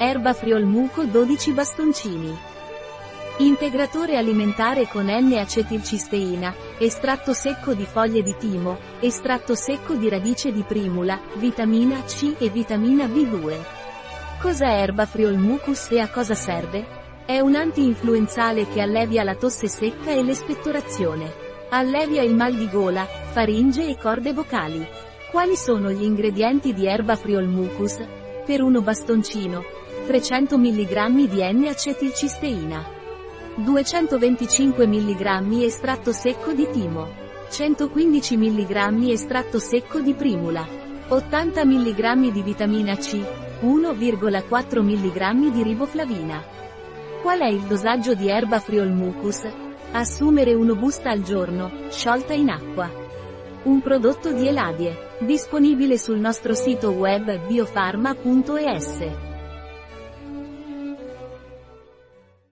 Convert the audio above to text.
Erba Friolmuco 12 bastoncini. Integratore alimentare con N-acetilcisteina, estratto secco di foglie di timo, estratto secco di radice di primula, vitamina C e vitamina B2. Cos'è Erba Friolmucus e a cosa serve? È un anti-influenzale che allevia la tosse secca e l'espettorazione. Allevia il mal di gola, faringe e corde vocali. Quali sono gli ingredienti di Erba Friolmucus? Per uno bastoncino, 300 mg di N-acetilcisteina. 225 mg estratto secco di timo, 115 mg estratto secco di primula, 80 mg di vitamina C, 1,4 mg di riboflavina. Qual è il dosaggio di Erba Friolmucus? Assumere 1 busta al giorno, sciolta in acqua. Un prodotto di Eladie, disponibile sul nostro sito web biofarma.es.